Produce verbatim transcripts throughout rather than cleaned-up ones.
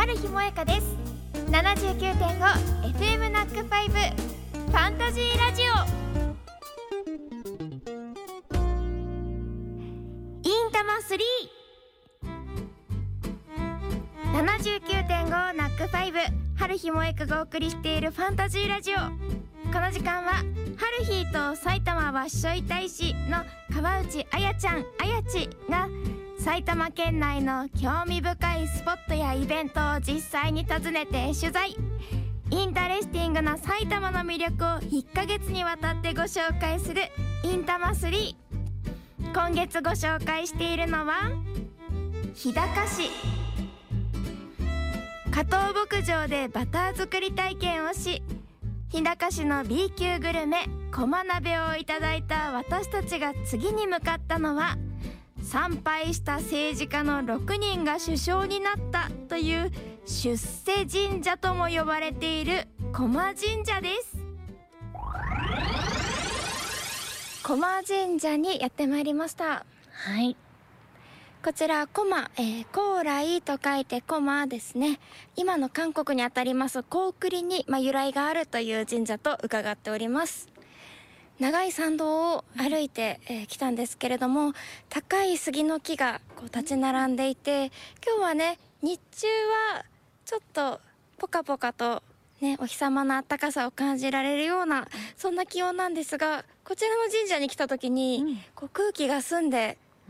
春日萌香です。 ななじゅうきゅうてんご エフエム ナックファイブファンタジーラジオインタマスリー ななじゅうきゅうてんご ナックファイブ春日萌香がお送りしているファンタジーラジオ。この時間は春日と埼玉わっしょい大使の川内あやちゃんあやちが埼玉県内の興味深いスポットやイベントを実際に訪ねて取材。インタレスティングな埼玉の魅力をいっかげつにわたってご紹介するインタマスリー。今月ご紹介しているのは日高市。加藤牧場でバター作り体験をし、日高市の B 級グルメ駒鍋をいただいた私たちが次に向かったのは、参拝した政治家のろくにんが首相になったという出世神社とも呼ばれている駒神社です。駒神社にやってまいりました。 はい、 こちら駒、えー、高麗と書いて駒ですね。今の韓国にあたります高句麗に、まあ、由来があるという神社と伺っております。長い参道を歩いてき、えー、たんですけれども、高い杉の木がこう立ち並んでいて、今日はね日中はちょっとポカポカとねお日様の暖かさを感じられるようなそんな気温なんですが、こちらの神社に来た時に、うん、こう空気が澄んで、うん、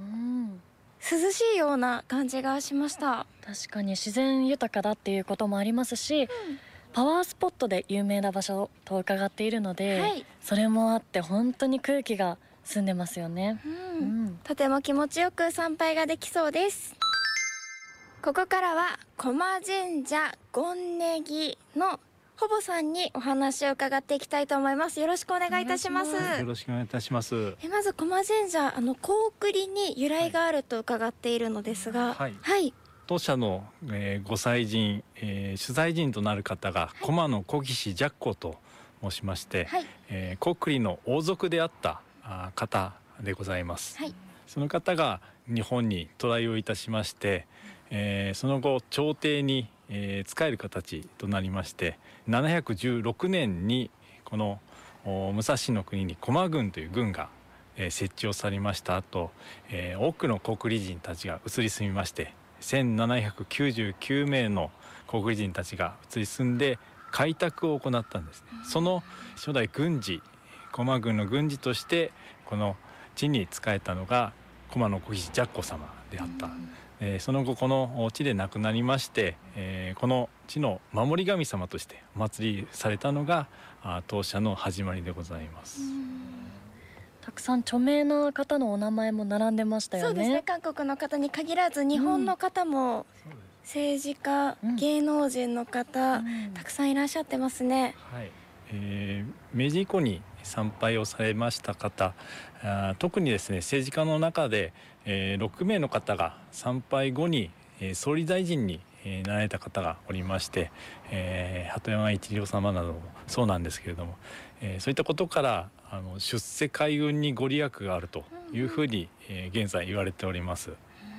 涼しいような感じがしました。 確かに自然豊かだっていうこともありますし、うん、パワースポットで有名な場所と伺っているので、はい、それもあって本当に空気が澄んでますよね、うんうん、とても気持ちよく参拝ができそうです。ここからは駒神社権ネギのほぼさんにお話を伺っていきたいと思います。よろしくお願いいたします。 よろしくお願いいたします。 えまず駒神社、あの高句麗に由来があると伺っているのですが、 はい、 はい、 当社の、えー、ご祭神、えー、主催神となる方が、はい、駒の小岸寂光と申しまして、はい、えー、高句麗の王族であったあ方でございます、はい、その方が日本に渡来をいたしまして、えー、その後朝廷に、えー、仕える形となりまして、ななひゃくじゅうろくねんにこの武蔵の国に駒郡という郡が、えー、設置をされました後、えー、多くの高句麗人たちが移り住みまして、せんななひゃくきゅうじゅうきゅうめいの高句麗人たちが移り住んで開拓を行ったんですね。その初代郡司、駒郡の郡司としてこの地に仕えたのが駒の小岸寂光様であった、えー、その後この地で亡くなりまして、えー、この地の守り神様としてお祭りされたのが当社の始まりでございます。 たくさん著名な方のお名前も並んでましたよね。 そうですね、韓国の方に限らず日本の方も、うん、政治家、うん、芸能人の方、うん、たくさんいらっしゃってますね。 はい、えー、明治以降に参拝をされました方、あ特にですね政治家の中で、えー、ろくめいの方が参拝後に、えー、総理大臣に、えー、なられた方がおりまして、えー、鳩山一郎様などもそうなんですけれども、えー、そういったことからあの出世海運にご利益があるというふうに、うんえー、現在言われております。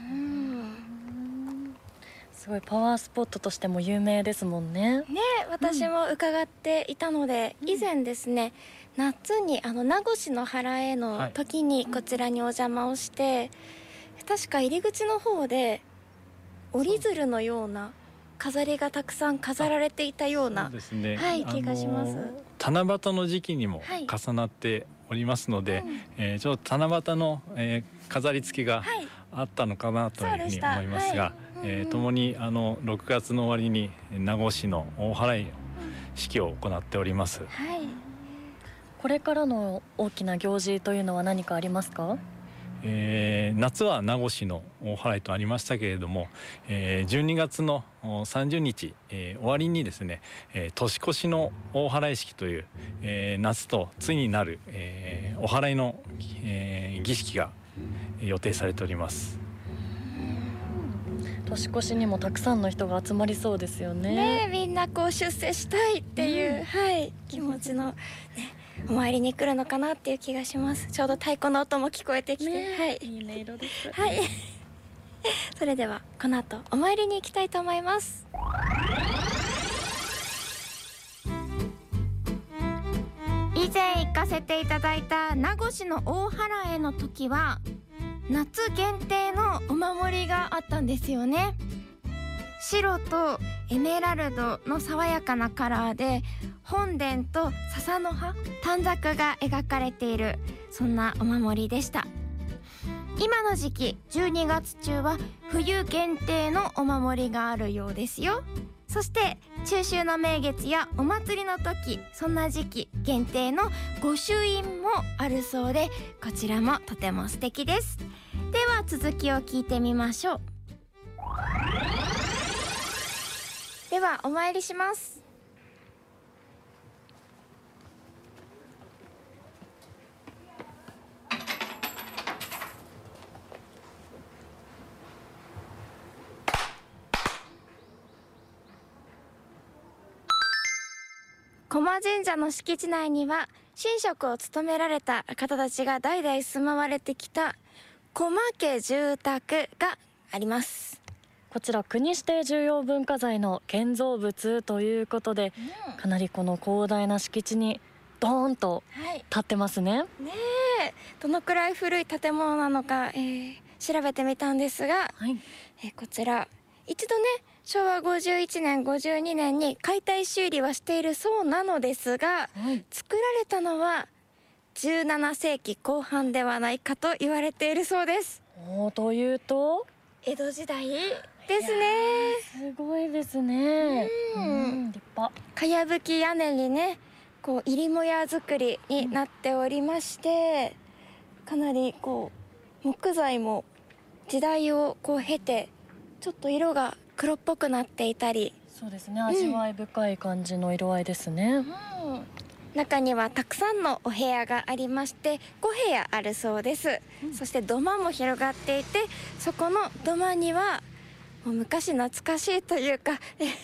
すごいパワースポットとしても有名ですもんね。 ね、私も伺っていたので、うん、以前ですね夏にあの名護の原への時にこちらにお邪魔をして、はい、確か入り口の方で折り鶴のような飾りがたくさん飾られていたような、 そうですね、 はい、気がします。 七夕の時期にも重なっておりますので、はい、うん、えー、ちょっと七夕の、えー、飾り付きがあったのかなというふうに思いますが、えー、共にあのろくがつの終わりに名護市の大祓い式を行っております、はい、 これからの大きな行事というのは何かありますか？ えー、夏は名護市の大祓いとありましたけれども、えー、じゅうにがつのさんじゅうにち、えー、終わりにですね、えー、年越しの大祓い式という、えー、夏と対になる、えー、お祓いの、えー、儀式が予定されております。 年越しにもたくさんの人が集まりそうですよね。 ね、みんなこう出世したいっていう、うん、はい、気持ちの、ね、お参りに来るのかなっていう気がします。ちょうど太鼓の音も聞こえてきて、 ね、 はい、 いい音色です。 はいそれではこの後お参りに行きたいと思います。 かせていただいた名護市の大原への時は夏限定のお守りがあったんですよね。白とエメラルドの爽やかなカラーで本殿と笹の葉、短冊が描かれている、そんなお守りでした。今の時期じゅうにがつ中は冬限定のお守りがあるようですよ。そして中秋の名月やお祭りの時、そんな時期限定の御朱印もあるそうで、こちらもとても素敵です。では続きを聞いてみましょう。ではお参りします。駒神社の敷地内には神職を務められた方たちが代々住まわれてきた駒家住宅があります。 こちら国指定重要文化財の建造物ということで、うん、かなりこの広大な敷地にドーンと立ってますね。はい、 ねえ、どのくらい古い建物なのか、えー、調べてみたんですが、はい、えー、こちら一度ねしょうわごじゅういちねんごじゅうにねんに解体修理はしているそうなのですが、はい、作られたのはじゅうななせいきこう半ではないかと言われているそうです。 おー、というと江戸時代ですね。 すごいですね。うん、うん、立派。 かやぶき屋根にね、こう入りもや作りになっておりまして、うん、かなりこう木材も時代をこう経てちょっと色が黒っぽくなっていたり、 そうですね、味わい深い感じの色合いですね。うん、 中にはたくさんのお部屋がありましてごへやあるそうです。うん、そして土間も広がっていて、そこの土間にはもう昔懐かしいというか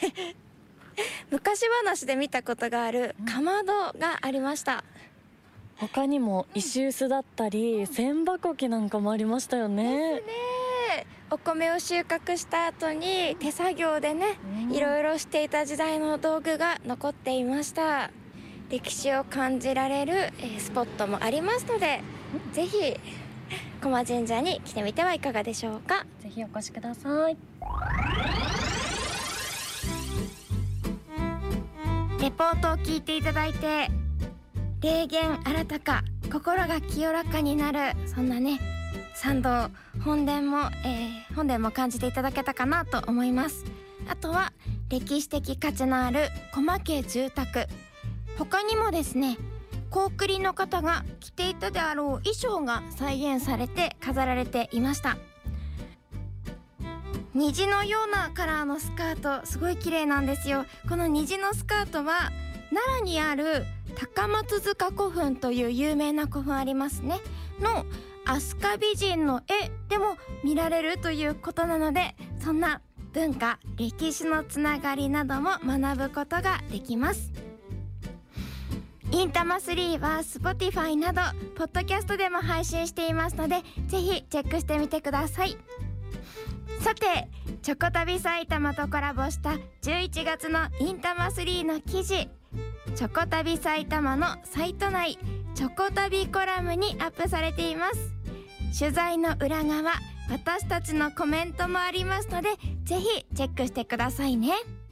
昔話で見たことがあるかまどがありました。 他にも石臼だったり千箱木なんかもありましたよね。 ですね。お米を収穫した後に手作業でね、いろいろしていた時代の道具が残っていました。歴史を感じられる、えー、スポットもありますので、ぜひ駒神社に来てみてはいかがでしょうか。 ぜひお越しください。 レポートを聞いていただいて、霊言新たか、心が清らかになる、そんなね参道、本殿も、えー、本殿も感じていただけたかなと思います。あとは歴史的価値のある駒家住宅、他にもですね、高句麗の方が着ていたであろう衣装が再現されて飾られていました。虹のようなカラーのスカート、すごい綺麗なんですよ。この虹のスカートは奈良にある高松塚古墳という有名な古墳ありますねの飛鳥美人の絵でも見られるということなので、そんな文化歴史のつながりなども学ぶことができます。インタマスリーは Spotify などポッドキャストでも配信していますので、ぜひチェックしてみてください。さて、チョコ旅埼玉とコラボしたじゅういちがつのインタマスリーの記事、チョコ旅埼玉のサイト内チョコ旅コラムにアップされています。取材の裏側、私たちのコメントもありますので、ぜひチェックしてくださいね。